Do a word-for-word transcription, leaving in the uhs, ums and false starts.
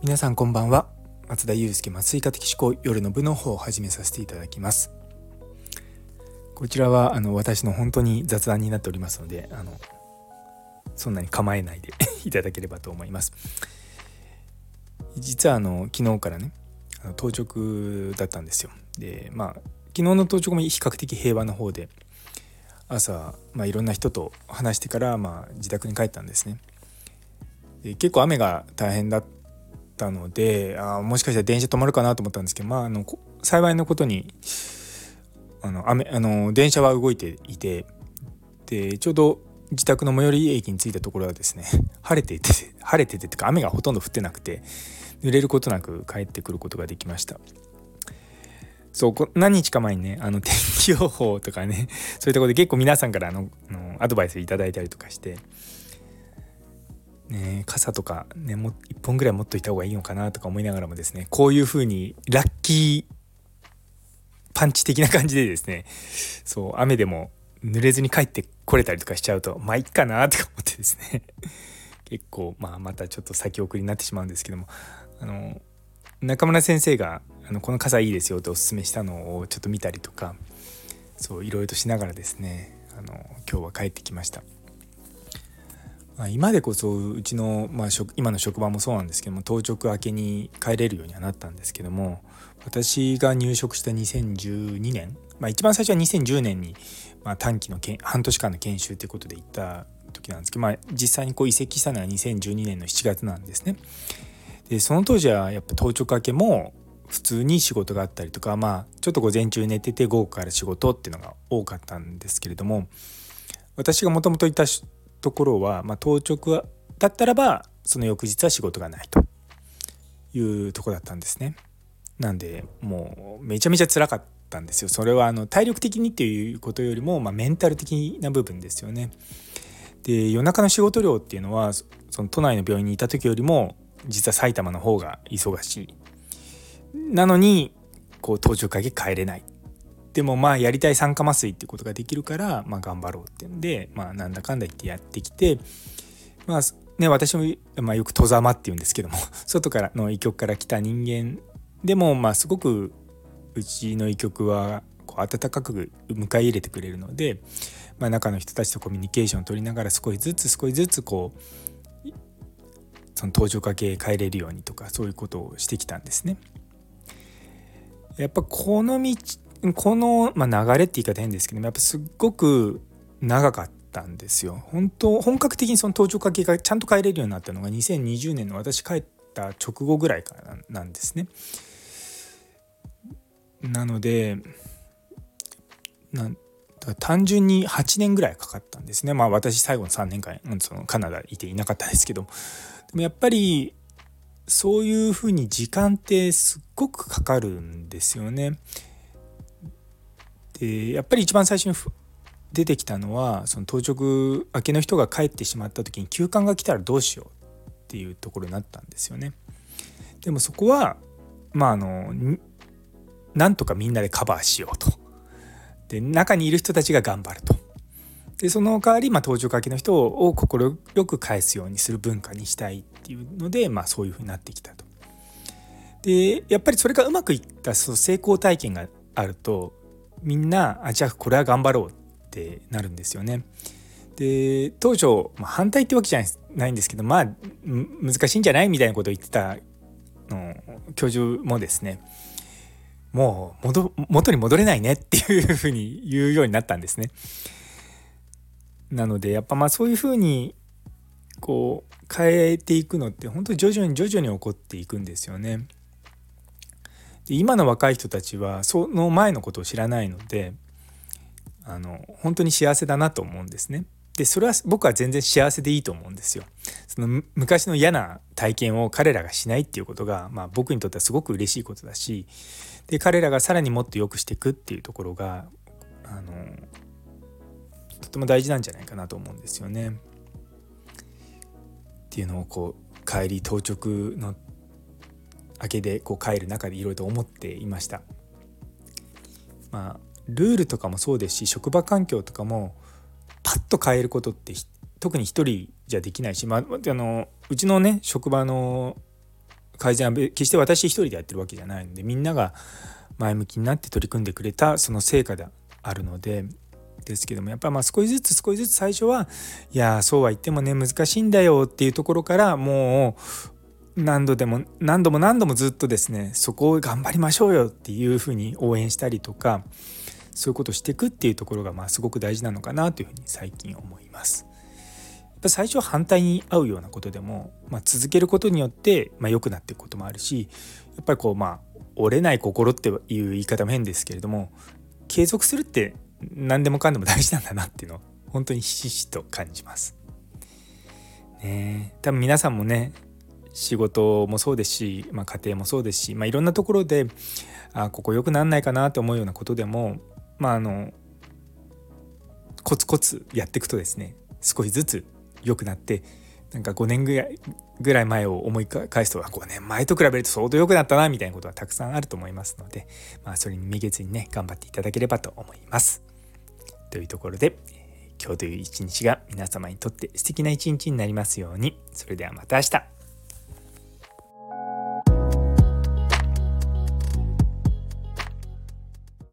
皆さんこんばんは。松田祐介麻酔科的思考夜の部の方を始めさせていただきます。こちらはあの私の本当に雑談になっておりますので、あのそんなに構えないでいただければと思います。実はあの昨日からねあの当直だったんですよ。でまあ昨日の当直も比較的平和な方で、朝、まあ、いろんな人と話してから、まあ、自宅に帰ったんですね。で結構雨が大変だったので、あもしかしたら電車止まるかなと思ったんですけど、まあ、あの幸いのことにあの雨あの電車は動いていて、でちょうど自宅の最寄り駅に着いたところはですね晴れていて晴れててとか雨がほとんど降ってなくて、濡れることなく帰ってくることができました。そう何日か前にねあの天気予報とかねそういうところで結構皆さんからあののアドバイスいただいたりとかして、ね、傘とかねもいっぽんぐらい持っといた方がいいのかなとか思いながらもですね、こういう風にラッキーパンチ的な感じでですね、そう雨でも濡れずに帰ってこれたりとかしちゃうとまあいいかなとか思ってですね結構まあまたちょっと先送りになってしまうんですけども、あの中村先生があのこの傘いいですよとおすすめしたのをちょっと見たりとか、そういろいろとしながらですねあの今日は帰ってきました。まあ、今でこそうちの、まあ、職今の職場もそうなんですけども、当直明けに帰れるようにはなったんですけども、私が入職したにせんじゅうにねん、まあ、一番最初はにせんじゅうねんに、まあ、短期のけん半年間の研修ということで行った時なんですけど、まあ、実際にこう移籍したのはにせんじゅうにねんのしちがつなんですね。でその当時はやっぱ当直明けも普通に仕事があったりとか、まあちょっと午前中寝てて午後から仕事っていうのが多かったんですけれども、私がもともといたところは、まあ、当直だったらばその翌日は仕事がないというところだったんですね。なんでもうめちゃめちゃ辛かったんですよ。それはあの体力的にっていうことよりも、まあ、メンタル的な部分ですよね。で夜中の仕事量っていうのはその都内の病院にいた時よりも実は埼玉の方が忙しい。なのにこう当直明け帰れない。でもまあやりたい酸化麻酔っていうことができるから、まあ、頑張ろうっていうんで、まあ、なんだかんだ言ってやってきて、まあね、私も、まあ、よく戸ざまっていうんですけども外からの医局から来た人間でも、まあ、すごくうちの医局はこう温かく迎え入れてくれるので、まあ、中の人たちとコミュニケーションを取りながら少しずつ少しずつこうその当直明け帰れるようにとかそういうことをしてきたんですね。やっぱこの道この、まあ、流れって言い方変ですけども、やっぱすっごく長かったんですよ。本当本格的にその当直明けがちゃんと帰れるようになったのがにせんにじゅうねんの私帰った直後ぐらいからなんですね。なのでなん単純にはちねんぐらいかかったんですね。まあ私最後のさんねんかんそのカナダいていなかったですけど、でもやっぱりそういうふうに時間ってすっごくかかるんですよね。でやっぱり一番最初に出てきたのはその当直明けの人が帰ってしまった時に急患が来たらどうしようっていうところになったんですよね。でもそこはまああのなんとかみんなでカバーしようと。で中にいる人たちが頑張ると。でその代わり、まあ、当直明けの人を快く返すようにする文化にしたいっていうので、まあ、そういうふうになってきたと。でやっぱりそれがうまくいったその成功体験があるとみんなあじゃあこれは頑張ろうってなるんですよね。で当初、まあ、反対ってわけじゃないんですけど、まあ難しいんじゃないみたいなことを言ってたの教授もですね、もう元元に戻れないねっていうふうに言うようになったんですね。なのでやっぱまあそういうふうにこう変えていくのって本当に徐々に徐々に起こっていくんですよね。で今の若い人たちはその前のことを知らないので、あの本当に幸せだなと思うんですね。でそれは僕は全然幸せでいいと思うんですよ。その昔の嫌な体験を彼らがしないっていうことが、まあ、僕にとってはすごく嬉しいことだし、で彼らがさらにもっと良くしていくっていうところがあのとても大事なんじゃないかなと思うんですよね。っていうのをこう帰り当直の明けでこう帰る中でいろいろと思っていました。まあルールとかもそうですし、職場環境とかもパッと変えることって特に一人じゃできないし、まあ、あのうちのね職場の改善は決して私一人でやってるわけじゃないので、みんなが前向きになって取り組んでくれたその成果であるのでですけども、やっぱまあ少しずつ少しずつ最初はいやそうは言ってもね難しいんだよっていうところから、もう何度でも何度も何度もずっとですねそこを頑張りましょうよっていうふうに応援したりとか、そういうことをしていくっていうところがまあすごく大事なのかなというふうに最近思います。やっぱ最初は反対に合うようなことでも、まあ、続けることによってまあ良くなっていくこともあるし、やっぱりこうまあ折れない心っていう言い方も変ですけれども、継続するって何でもかんでも大事なんだなっていうのを本当にひしひしと感じますね。多分皆さんもね仕事もそうですし、まあ、家庭もそうですし、まあ、いろんなところであここ良くなんないかなと思うようなことでも、まあ、あのコツコツやっていくとですね少しずつ良くなって、なんかごねんぐらいぐらい前を思い返すとごねんまえと比べると相当良くなったなみたいなことはたくさんあると思いますので、まあ、それにめげずにね頑張っていただければと思います。というところで今日という一日が皆様にとって素敵な一日になりますように。それではまた明日。